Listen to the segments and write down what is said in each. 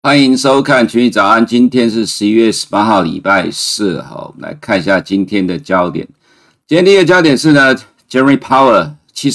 欢迎收看群益早安，今天是11月18号，礼拜四。好，我们来看一下今天的焦点。今天第一个焦点是呢 ，Jeremy Powell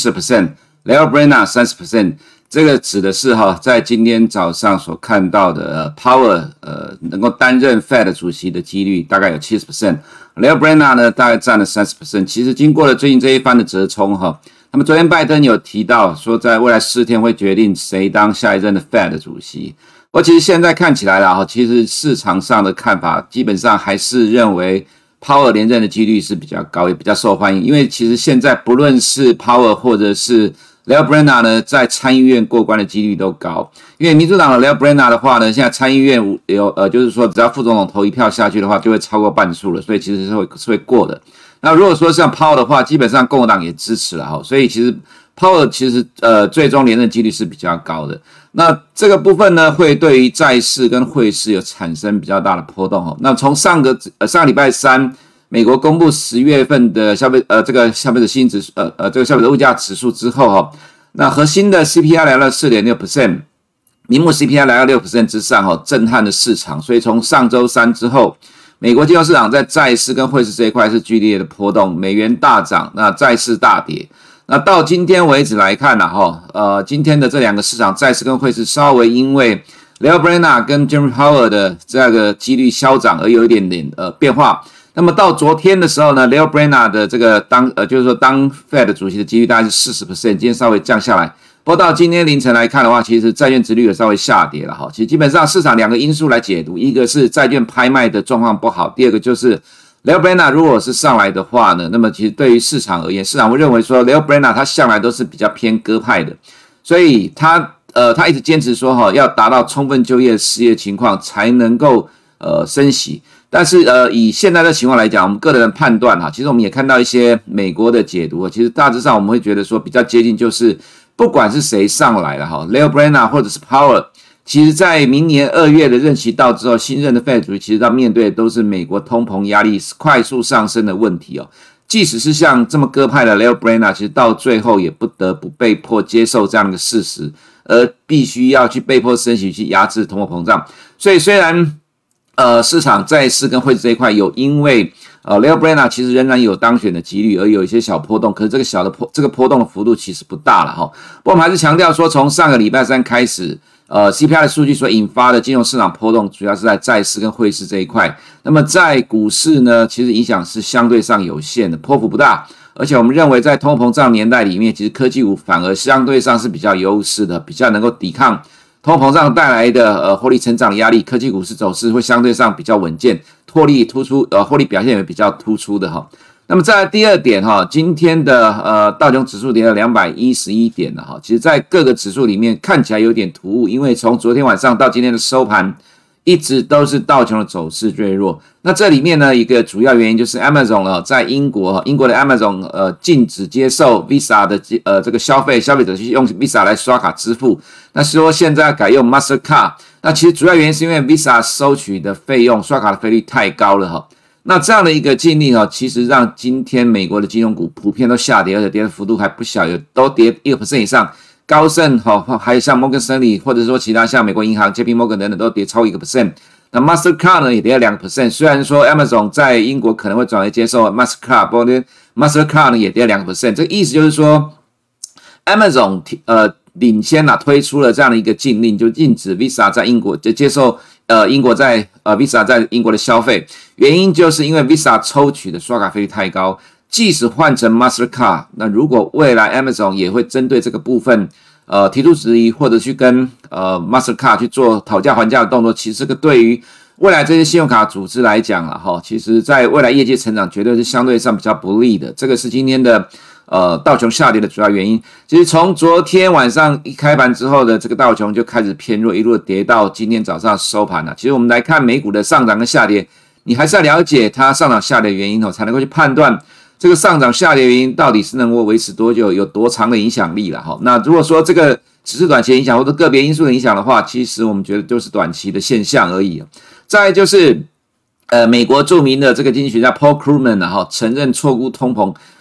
70%，Lael Brainard 30%。这个指的是在今天早上所看到的Powell 能够担任 Fed 主席的几率大概有 70%，Lael Brainard 呢大概占了 30%。其实经过了最近这一番的折冲那么昨天拜登有提到说，在未来4天会决定谁当下一任的 Fed 主席。其实现在看起来啦，其实市场上的看法基本上还是认为 Powell 连任的几率是比较高，也比较受欢迎。因为其实现在不论是 Powell 或者是 Lael Brainard 呢，在参议院过关的几率都高。因为民主党的 Lael Brainard 的话呢，现在参议院就是说只要副总统投一票下去的话，就会超过半数了，所以其实是会过的。那如果说像 Powell 的话，基本上共和党也支持了所以其实 Powell 其实最终连任几率是比较高的。那这个部分呢，会对于债市跟汇市有产生比较大的波动那从上个礼拜三，美国公布10月份的这个消费者信心指数这个消费者物价指数之后那核心的 CPI 来到 4.6%， 名目 CPI 来到 6% 之上震撼了市场。所以从上周三之后，美国金融市场在债市跟汇市这一块是剧烈的波动，美元大涨，那债市大跌。那到今天为止来看今天的这两个市场债市跟汇市稍微因为 Lael Brainard 跟 Jeremy Powell 的这个几率消涨而有一点点变化。那么到昨天的时候呢 ，Lael Brainard 的这个就是说当 Fed 主席的几率大概是 40%， 今天稍微降下来。不过到今天凌晨来看的话，其实债券殖利率有稍微下跌了其实基本上市场两个因素来解读，一个是债券拍卖的状况不好，第二个就是Lael Brainard 如果是上来的话呢，那么其实对于市场而言，市场会认为说 Lael Brainard 他向来都是比较偏鸽派的，所以他一直坚持说要达到充分就业失业情况才能够升息。但是以现在的情况来讲，我们个人的判断其实我们也看到一些美国的解读其实大致上我们会觉得说比较接近，就是不管是谁上来了Lael Brainard 或者是 Powell，其实在明年2月的任期到之后，新任的 Fed 主席其实要面对的都是美国通膨压力快速上升的问题即使是像这么鸽派的 Lael Brainard， 其实到最后也不得不被迫接受这样的事实，而必须要去被迫升息去压制通货膨胀。所以虽然市场债市跟汇市这一块有因为Lael Brainard 其实仍然有当选的几率，而有一些小波动，可是这个波动的幅度其实不大了不过我们还是强调说，从上个礼拜三开始CPI 的数据所引发的金融市场波动，主要是在债市跟汇市这一块。那么在股市呢，其实影响是相对上有限的，波幅不大。而且我们认为，在通货膨胀年代里面，其实科技股反而相对上是比较优势的，比较能够抵抗通货膨胀带来的获利成长的压力。科技股市走势会相对上比较稳健，获利表现也比较突出的那么再来第二点今天的道琼指数跌了211点了其实在各个指数里面看起来有点突兀，因为从昨天晚上到今天的收盘，一直都是道琼的走势最弱。那这里面呢，一个主要原因就是 Amazon 在英国的 Amazon 禁止接受 Visa 的这个消费者去用 Visa 来刷卡支付，那说现在改用 Mastercard。那其实主要原因是因为 Visa 收取的费用刷卡的费率太高了那这样的一个禁令其实让今天美国的金融股普遍都下跌，而且跌的幅度还不小，都跌 1% 以上。高盛还有像摩根士丹利，或者说其他像美国银行 JP Morgan 等等都跌超 1%。那 Mastercard 呢也跌了 2%， 虽然说 Amazon 在英国可能会转为接受 Mastercard， 不过 Mastercard 呢也跌了 2%。这个意思就是说 Amazon 领先推出了这样的一个禁令，就禁止 Visa 在英国就接受英国在Visa 在英国的消费，原因就是因为 Visa 抽取的刷卡费率太高，即使换成 Mastercard， 那如果未来 Amazon 也会针对这个部分提出质疑，或者去跟Mastercard 去做讨价还价的动作，其实这个对于未来这些信用卡组织来讲其实在未来业绩成长绝对是相对上比较不利的。这个是今天的道琼下跌的主要原因。其实从昨天晚上一开盘之后的这个道琼就开始偏弱，一路跌到今天早上收盘了。其实我们来看美股的上涨跟下跌，你还是要了解它上涨下跌的原因才能够去判断这个上涨下跌原因到底是能够维持多久，有多长的影响力了那如果说这个只是短期的影响或者个别因素的影响的话，其实我们觉得就是短期的现象而已再来就是美国著名的这个经济学家 Paul Krugman 承认错估通膨。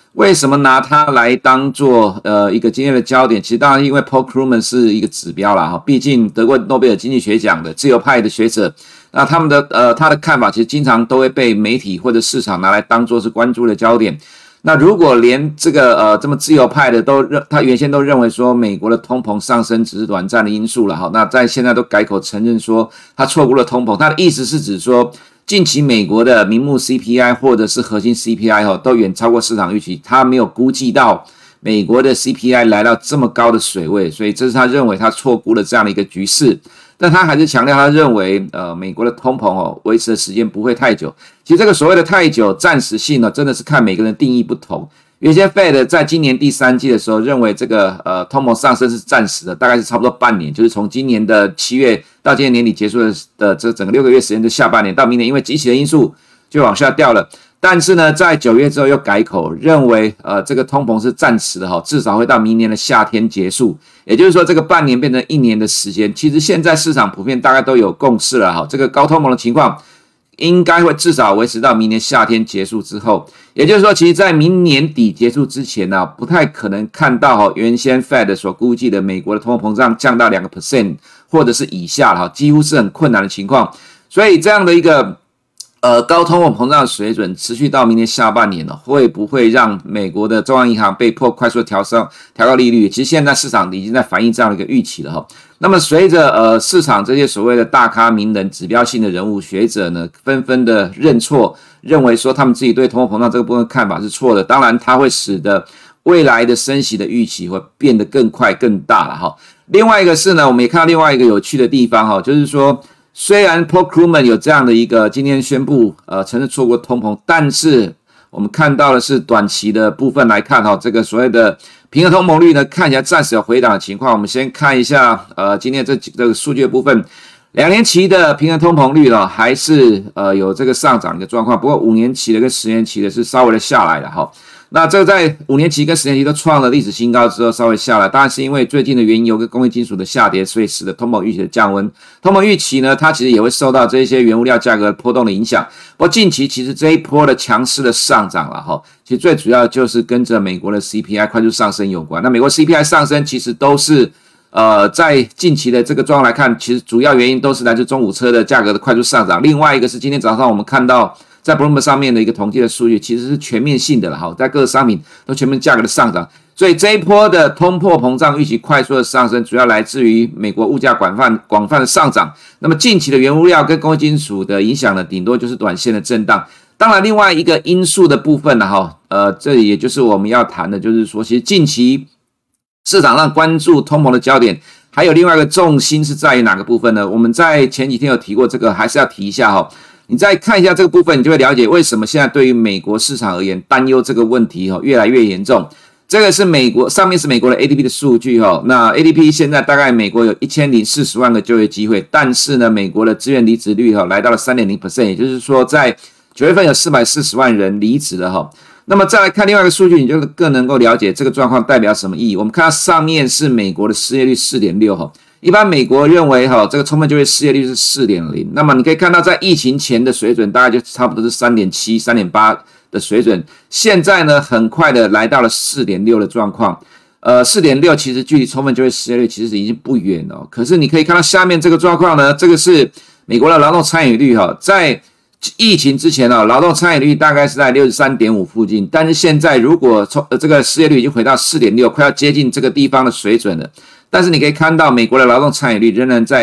为什么拿它来当做一个今天的焦点？其实当然因为 Paul Krugman 是一个指标啦，哈，毕竟得过诺贝尔经济学奖的自由派的学者，那他们的他的看法其实经常都会被媒体或者市场拿来当做是关注的焦点。那如果连这个这么自由派的他原先都认为说美国的通膨上升只是短暂的因素了，哈，那在现在都改口承认说他错估了通膨，他的意思是指说近期美国的名目 CPI 或者是核心 CPI 都远超过市场预期，他没有估计到美国的 CPI 来到这么高的水位，所以这是他认为他错估了这样的一个局势。但他还是强调，他认为美国的通膨维持的时间不会太久。其实这个所谓的太久暂时性真的是看每个人定义不同。原先 Fed 在今年第3季的时候认为这个通膨上升是暂时的，大概是差不多半年，就是从今年的7月到今年年底结束的这整个6个月时间的下半年到明年，因为积极的因素就往下掉了。但是呢，在9月之后又改口，认为这个通膨是暂时的至少会到明年的夏天结束。也就是说，这个半年变成1年的时间。其实现在市场普遍大概都有共识了这个高通膨的情况应该会至少维持到明年夏天结束之后。也就是说，其实在明年底结束之前呢，不太可能看到原先 Fed 所估计的美国的通货膨胀降到 2% 或者是以下了几乎是很困难的情况。所以这样的一个高通货膨胀的水准持续到明年下半年会不会让美国的中央银行被迫快速调高利率？其实现在市场已经在反映这样的一个预期了那么随着市场这些所谓的大咖名人、指标性的人物、学者呢，纷纷的认错，认为说他们自己对通货膨胀这个部分看法是错的。当然，它会使得未来的升息的预期会变得更快、更大了另外一个是呢，我们也看到另外一个有趣的地方就是说。虽然 Paul Krugman 有这样的一个今天宣布承认错过通膨，但是我们看到的是短期的部分来看这个所谓的平衡通膨率呢，看起来暂时有回档的情况。我们先看一下今天这个数据的部分，2年期的平衡通膨率还是有这个上涨的一个状况，不过5年期的跟10年期的是稍微的下来了那这个在5年期跟10年期都创了历史新高之后稍微下来，当然是因为最近的原油跟工业金属的下跌，所以使得通膨预期的降温。通膨预期呢，它其实也会受到这些原物料价格波动的影响。不过近期其实这一波的强势的上涨了其实最主要就是跟着美国的 CPI 快速上升有关。那美国 CPI 上升其实都是在近期的这个状况来看，其实主要原因都是来自中古车的价格的快速上涨。另外一个是今天早上我们看到在 Bloomberg 上面的一个统计的数据，其实是全面性的了在各个商品都全面价格的上涨，所以这一波的通货膨胀预期快速的上升，主要来自于美国物价广泛的上涨。那么近期的原物料跟工业金属的影响呢，顶多就是短线的震荡。当然，另外一个因素的部分呢这也就是我们要谈的，就是说，其实近期市场上关注通膨的焦点，还有另外一个重心是在于哪个部分呢？我们在前几天有提过这个，还是要提一下你再看一下这个部分，你就会了解为什么现在对于美国市场而言，担忧这个问题越来越严重。这个是上面是美国的 ADP 的数据那 ADP 现在大概美国有1040万个就业机会，但是呢，美国的自愿离职率来到了 3.0%， 也就是说在9月份有440万人离职了那么再来看另外一个数据，你就更能够了解这个状况代表什么意义。我们看到上面是美国的失业率 4.6%，一般美国认为这个充分就业失业率是 4.0， 那么你可以看到在疫情前的水准大概就差不多是 3.7 3.8 的水准，现在呢很快的来到了 4.6 的状况。4.6 其实距离充分就业失业率其实已经不远了，可是你可以看到下面这个状况呢，这个是美国的劳动参与率在疫情之前劳动参与率大概是在 63.5 附近，但是现在如果这个失业率已经回到 4.6， 快要接近这个地方的水准了。但是你可以看到美国的劳动参与率仍然在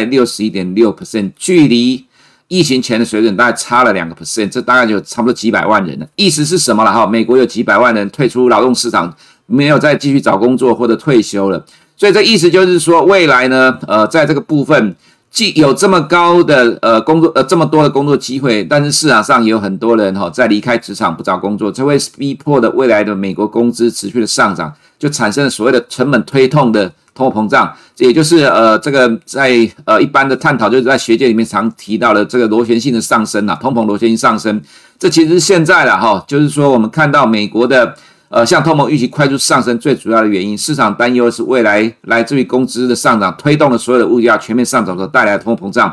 61.6%， 距离疫情前的水准大概差了 2%， 这大概就差不多几百万人了。意思是什么了美国有几百万人退出劳动市场，没有再继续找工作或者退休了。所以这意思就是说，未来呢在这个部分既有这么高的工作这么多的工作机会，但是市场上也有很多人在离开职场不找工作，这会逼迫的未来的美国工资持续的上涨，就产生了所谓的成本推动的通货膨胀。这也就是这个在一般的探讨，就是在学界里面常提到的这个螺旋性的上升通膨螺旋性上升。这其实是现在了就是说我们看到美国的像通膨预期快速上升最主要的原因，市场担忧是未来来自于工资的上涨推动了所有的物价全面上涨所带来的通货膨胀。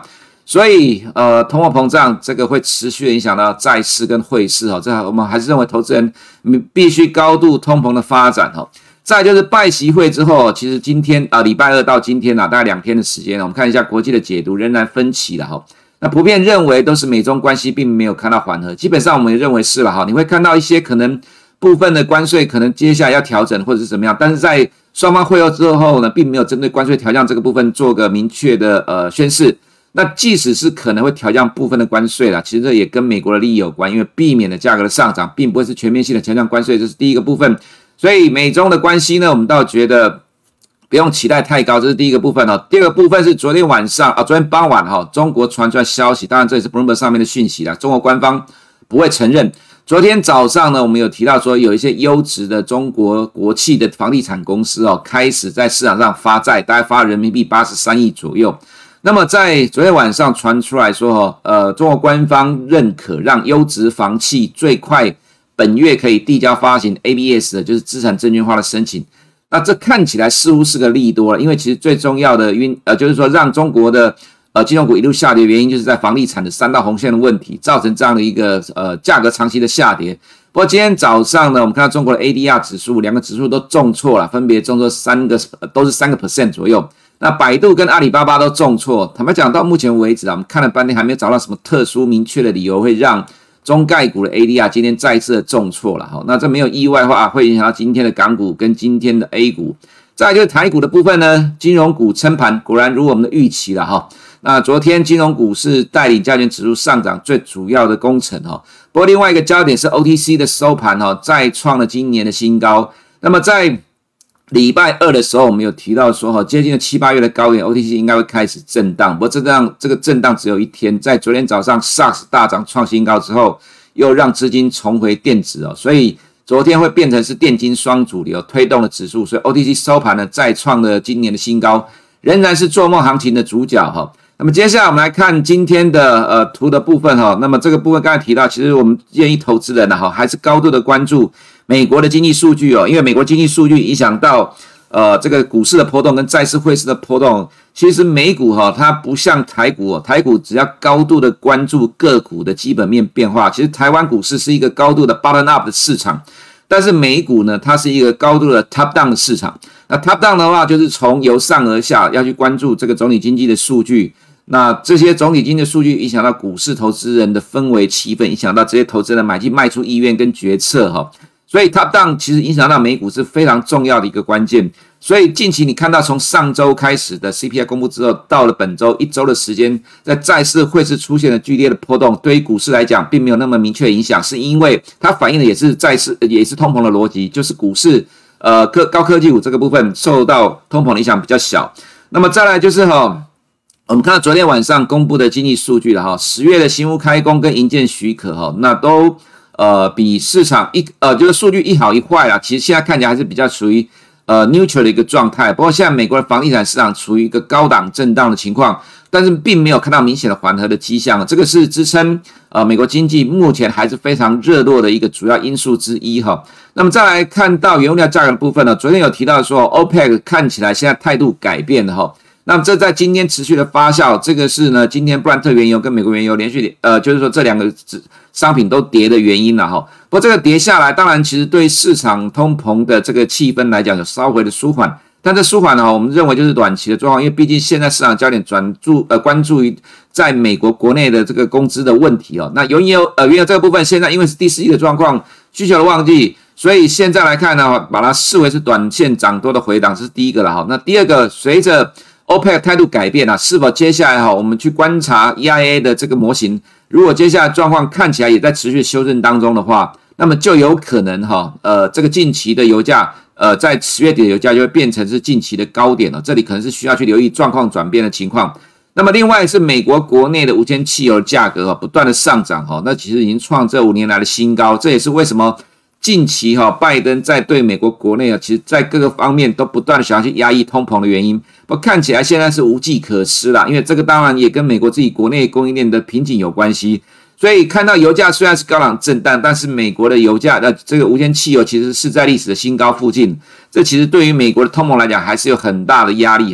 所以通货膨胀这个会持续影响到债市跟汇市这我们还是认为投资人必须高度通膨的发展再来就是拜习会之后，其实今天礼拜二到今天大概2天的时间我们看一下国际的解读仍然分歧了那普遍认为都是美中关系并没有看到缓和，基本上我们也认为是了你会看到一些可能部分的关税可能接下来要调整或者是怎么样，但是在双方会后之后呢，并没有针对关税调降这个部分做个明确的宣示。那即使是可能会调降部分的关税啦，其实这也跟美国的利益有关，因为避免了价格的上涨，并不会是全面性的调降关税，这是第一个部分。所以美中的关系呢，我们倒觉得不用期待太高，这是第一个部分第二个部分是昨天傍晚中国传出来消息，当然这也是 Bloomberg 上面的讯息啦，中国官方不会承认。昨天早上呢，我们有提到说有一些优质的中国国企的房地产公司开始在市场上发债，大概发人民币83亿左右。那么在昨天晚上传出来说中国官方认可让优质房企最快本月可以递交发行 ABS 的，就是资产证券化的申请。那这看起来似乎是个利多了，因为其实最重要的就是说让中国的金融股一路下跌的原因，就是在房地产的3道红线的问题，造成这样的一个价格长期的下跌。不过今天早上呢，我们看到中国的 ADR 指数2个指数都重挫了，分别重挫都是3% 左右。那百度跟阿里巴巴都重挫，坦白讲到目前为止我们看了半天还没有找到什么特殊明确的理由会让中概股的 ADR 今天再次的重挫了那这没有意外的话会影响到今天的港股跟今天的 A 股。再来就是台股的部分呢，金融股撑盘，果然如我们的预期了那昨天金融股是带领加权指数上涨最主要的功臣不过另外一个焦点是 OTC 的收盘再创了今年的新高。那么在礼拜二的时候，我们有提到说接近了7、8月的高点 OTC 应该会开始震荡，不过这个震荡只有一天，在昨天早上 SARS 大涨创新高之后，又让资金重回电子所以昨天会变成是电金双主流推动了指数，所以 OTC 收盘呢再创了今年的新高，仍然是做梦行情的主角那么接下来我们来看今天的图的部分那么这个部分刚才提到，其实我们建议投资人还是高度的关注美国的经济数据因为美国经济数据影响到这个股市的波动跟债市汇市的波动。其实美股它不像台股台股只要高度的关注个股的基本面变化，其实台湾股市是一个高度的 bottom up 的市场，但是美股呢，它是一个高度的 top down 的市场。那 top down 的话，就是由上而下要去关注这个总体经济的数据。那这些总体经济的数据影响到股市投资人的氛围气氛，影响到这些投资人买进卖出意愿跟决策所以 top down 其实影响到美股是非常重要的一个关键。所以近期你看到从上周开始的 CPI 公布之后，到了本周1周的时间，在债市汇市出现了剧烈的波动，对于股市来讲并没有那么明确的影响，是因为它反映的也是债市也是通膨的逻辑，就是股市高科技股这个部分受到通膨的影响比较小。那么再来就是我们看到昨天晚上公布的经济数据了10月的新屋开工跟营建许可那都比市场就是数据一好一坏啦，其实现在看起来还是比较属于neutral 的一个状态。不过现在美国的房地产市场处于一个高档震荡的情况，但是并没有看到明显的缓和的迹象，这个是支撑美国经济目前还是非常热络的一个主要因素之一那么再来看到原物料价格的部分昨天有提到说 OPEC 看起来现在态度改变了那么这在今天持续的发酵，这个是呢今天布兰特原油跟美国原油连续就是说这两个商品都跌的原因了不过这个跌下来，当然其实对市场通膨的这个气氛来讲有稍微的舒缓，但这舒缓我们认为就是短期的状况，因为毕竟现在市场焦点关注于在美国国内的这个工资的问题那原油这个部分现在因为是第四季的状况，需求的旺季，所以现在来看呢，把它视为是短线涨多的回档，这是第一个了那第二个，随着OPEC 态度改变是否接下来我们去观察 EIA 的这个模型，如果接下来状况看起来也在持续修正当中的话，那么就有可能这个近期的油价在10月底的油价就会变成是近期的高点这里可能是需要去留意状况转变的情况。那么另外是美国国内的无铅汽油价格不断的上涨那其实已经创这5年来的新高，这也是为什么近期拜登在对美国国内其实在各个方面都不断的想要去压抑通膨的原因，不过看起来现在是无计可施啦，因为这个当然也跟美国自己国内供应链的瓶颈有关系。所以看到油价虽然是高档震荡，但是美国的油价这个无铅汽油其实是在历史的新高附近，这其实对于美国的通膨来讲还是有很大的压力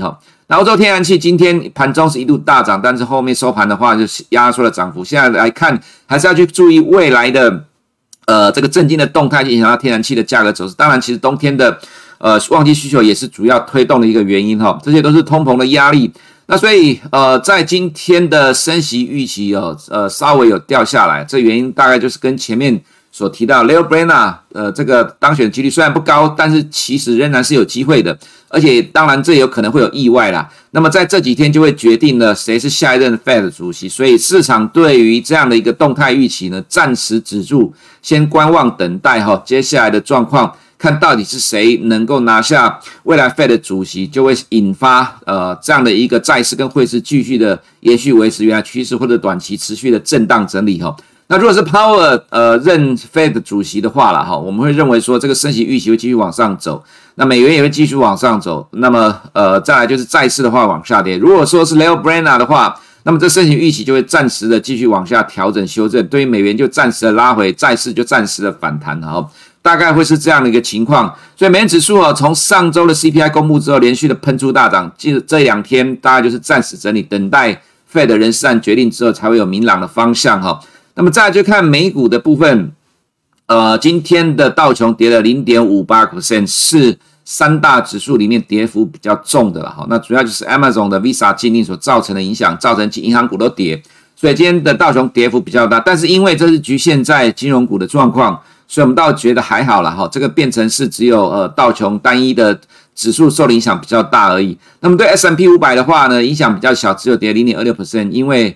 那欧洲天然气今天盘中是一度大涨，但是后面收盘的话就压缩了涨幅。现在来看，还是要去注意未来的这个震惊的动态，影响到天然气的价格走势。当然，其实冬天的旺季需求也是主要推动的一个原因哈，这些都是通膨的压力。那所以在今天的升息预期稍微有掉下来，这原因大概就是跟前面所提到 Leo Brenner 这个当选的几率虽然不高，但是其实仍然是有机会的，而且当然这有可能会有意外啦。那么在这几天就会决定了谁是下一任 Fed 主席，所以市场对于这样的一个动态预期呢，暂时止住，先观望等待接下来的状况。看到底是谁能够拿下未来 Fed 的主席，就会引发这样的一个债市跟汇市继续的延续维持原来趋势，或者短期持续的震荡整理那如果是 Powell 任 Fed 主席的话啦我们会认为说这个升息预期会继续往上走，那美元也会继续往上走，那么再来就是债市的话往下跌。如果说是 Leo Brenner 的话，那么这升息预期就会暂时的继续往下调整修正，对于美元就暂时的拉回，债市就暂时的反弹大概会是这样的一个情况。所以美元指数从上周的 CPI 公布之后连续的喷出大涨，这2天大概就是暂时整理，等待 Fed 的人事案决定之后才会有明朗的方向那么再来就看美股的部分，今天的道琼跌了 0.58%， 是三大指数里面跌幅比较重的那主要就是 Amazon 的 Visa 禁令所造成的影响，造成银行股都跌，所以今天的道琼跌幅比较大，但是因为这是局限在金融股的状况，所以我们倒觉得还好啦这个变成是只有道琼单一的指数受的影响比较大而已。那么对 S&P 500的话呢，影响比较小，只有跌 0.26%， 因为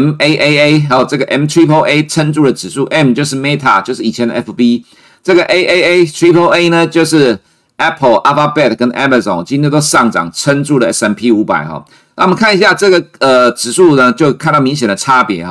MAAA 还有这个 MAAA 撑住了指数， M 就是 Meta 就是以前的 FB， 这个 AAA 呢就是 Apple、Alphabet 跟 Amazon 今天都上涨，撑住了 S&P 500那我们看一下这个指数呢，就看到明显的差别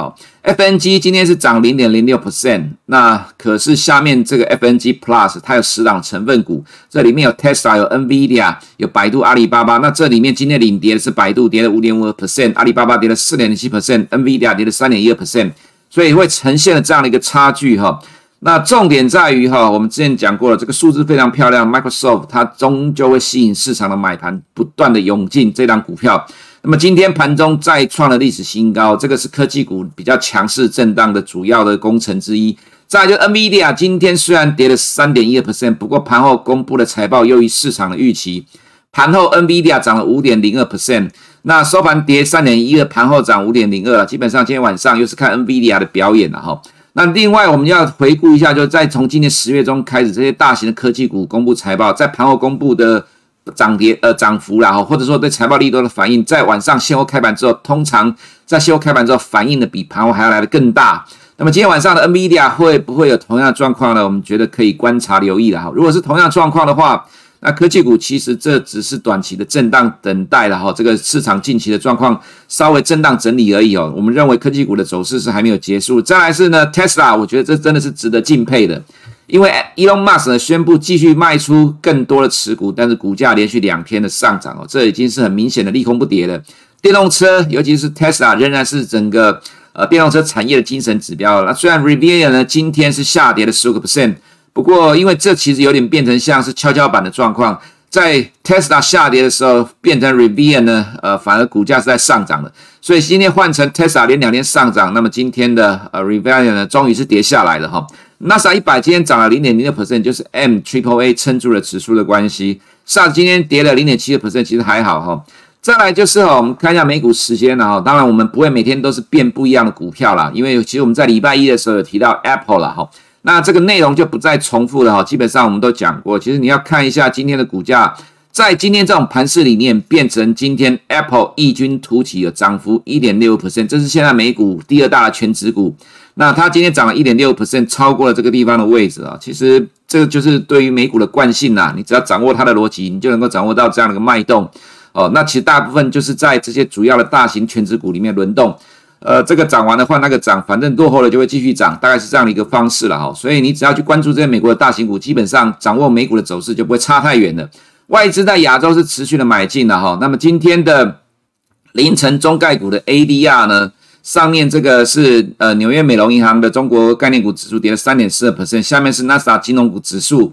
FNG 今天是涨 0.06%， 那可是下面这个 FNG Plus 它有10档成分股，这里面有 Tesla 有 Nvidia 有百度阿里巴巴，那这里面今天领跌的是百度跌了 5.5%， 阿里巴巴跌了 4.7%， Nvidia 跌了 3.1%， 所以会呈现了这样的一个差距那重点在于我们之前讲过了，这个数字非常漂亮 Microsoft 它终究会吸引市场的买盘，不断的涌进这档股票。那么今天盘中再创了历史新高，这个是科技股比较强势震荡的主要的功臣之一。再来就 Nvidia 今天虽然跌了 3.1%， 不过盘后公布的财报优于市场的预期，盘后 Nvidia 涨了 5.02%， 那收盘跌 3.12%， 盘后涨 5.02%， 基本上今天晚上又是看 Nvidia 的表演了那另外我们要回顾一下，就在从今年10月中开始，这些大型的科技股公布财报，在盘后公布的涨幅啦或者说对财报利多的反应，在晚上现货开盘之后，通常在现货开盘之后反应的比盘后还要来得更大。那么今天晚上的 Nvidia 会不会有同样的状况呢？我们觉得可以观察留意啦如果是同样的状况的话，那科技股其实这只是短期的震荡等待了这个市场近期的状况稍微震荡整理而已我们认为科技股的走势是还没有结束。再来是呢 Tesla， 我觉得这真的是值得敬佩的，因为 Elon Musk 呢宣布继续卖出更多的持股，但是股价连续2天的上涨这已经是很明显的利空不跌了。电动车尤其是 Tesla 仍然是整个电动车产业的精神指标。那虽然 Rivian 呢今天是下跌了 15%，不过因为这其实有点变成像是跷跷板的状况，在 Tesla 下跌的时候变成 Rivian 呢反而股价是在上涨的，所以今天换成 Tesla 连2天上涨，那么今天的Rivian 呢终于是跌下来了NASA 100今天涨了 0.06%， 就是 MAAA 撑住了指数的关系。SARS 今天跌了 0.7%， 其实还好再来就是我们看一下美股时间当然我们不会每天都是变不一样的股票啦，因为其实我们在礼拜一的时候有提到 Apple 啦那这个内容就不再重复了基本上我们都讲过。其实你要看一下今天的股价，在今天这种盘势里面变成今天 Apple 异军突起的涨幅 1.65%， 这是现在美股第2大的全指股，那它今天涨了 1.65%， 超过了这个地方的位置其实这个就是对于美股的惯性你只要掌握它的逻辑，你就能够掌握到这样的一个脉动那其实大部分就是在这些主要的大型全指股里面轮动这个涨完了换那个涨，反正落后了就会继续涨，大概是这样的一个方式了所以你只要去关注这些美国的大型股，基本上掌握美股的走势就不会差太远了。外资在亚洲是持续的买进了那么今天的凌晨中概股的 ADR 呢，上面这个是纽约美隆银行的中国概念股指数跌了 3.42%， 下面是 Nasdaq 金融股指数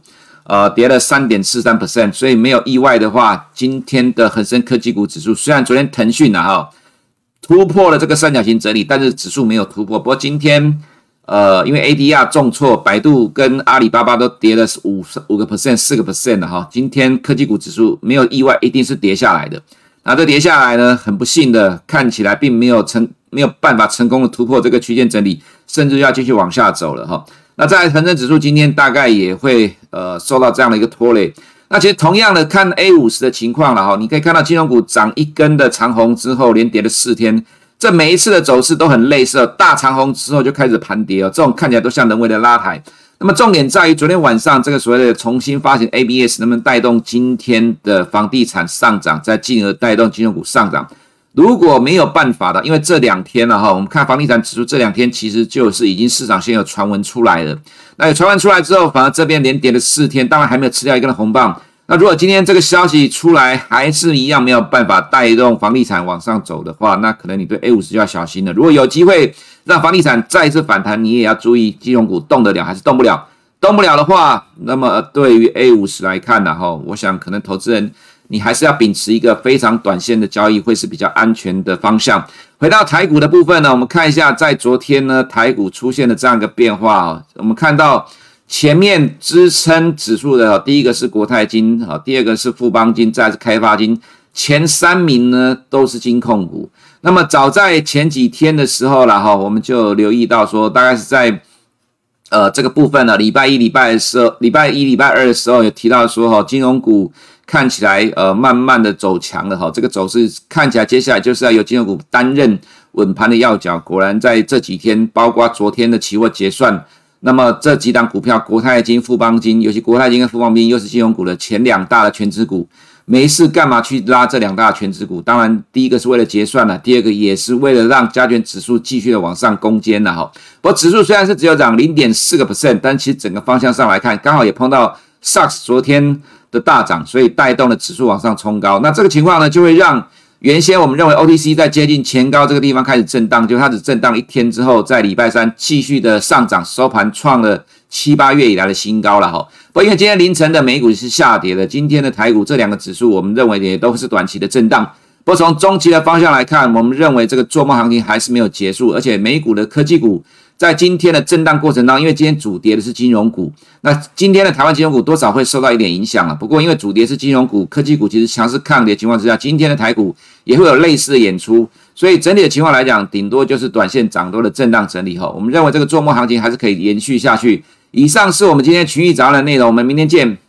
跌了 3.43%， 所以没有意外的话，今天的恒生科技股指数虽然昨天腾讯突破了这个三角形整理，但是指数没有突破。不过今天因为 ADR 重挫，百度跟阿里巴巴都跌了5%、4% 的今天科技股指数没有意外，一定是跌下来的。那这跌下来呢，很不幸的看起来并没有办法成功的突破这个区间整理，甚至要继续往下走了那在恒生指数今天大概也会受到这样的一个拖累。那其实同样的看 A50 的情况了你可以看到金融股涨一根的长红之后，连跌了4天，这每一次的走势都很类似大长红之后就开始盘跌这种看起来都像人为的拉抬。那么重点在于昨天晚上这个所谓的重新发行 ABS 能不能带动今天的房地产上涨，再进而带动金融股上涨。如果没有办法的，因为这2天我们看房地产指数这2天其实就是已经市场先有传闻出来了。那有传闻出来之后，反而这边连跌了4天，当然还没有吃掉一根红棒。那如果今天这个消息出来还是一样没有办法带动房地产往上走的话，那可能你对 A50 就要小心了。如果有机会让房地产再一次反弹，你也要注意金融股动得了还是动不了。动不了的话，那么对于 A50 来看我想可能投资人你还是要秉持一个非常短线的交易，会是比较安全的方向。回到台股的部分呢，我们看一下，在昨天呢，台股出现了这样一个变化我们看到前面支撑指数的第一个是国泰金第二个是富邦金，再来是开发金，前3名呢都是金控股。那么早在前几天的时候啦我们就留意到说，大概是在这个部分呢，礼拜一、礼拜二的时候有提到说金融股看起来慢慢的走强了这个走势看起来接下来就是要由金融股担任稳盘的要角。果然在这几天，包括昨天的期货结算，那么这几档股票国泰金、富邦金，尤其国泰金跟富邦金又是金融股的前2大的权值股，没事干嘛去拉这2大权值股？当然第一个是为了结算第二个也是为了让加权指数继续的往上攻坚不过指数虽然是只有涨 0.4%， 但其实整个方向上来看，刚好也碰到 SARS 昨天的大涨，所以带动了指数往上冲高。那这个情况呢，就会让原先我们认为 OTC 在接近前高这个地方开始震荡，就它只震荡1天之后，在礼拜三继续的上涨，收盘创了7、8月以来的新高了不过因为今天凌晨的美股是下跌的，今天的台股这2个指数我们认为也都是短期的震荡。不过从中期的方向来看，我们认为这个做梦行情还是没有结束，而且美股的科技股在今天的震荡过程当中，因为今天主跌的是金融股，那今天的台湾金融股多少会受到一点影响不过因为主跌是金融股，科技股其实强势抗跌的情况之下，今天的台股也会有类似的演出，所以整体的情况来讲，顶多就是短线涨多的震荡整理我们认为这个做梦行情还是可以延续下去。以上是我们今天群益早安的内容，我们明天见。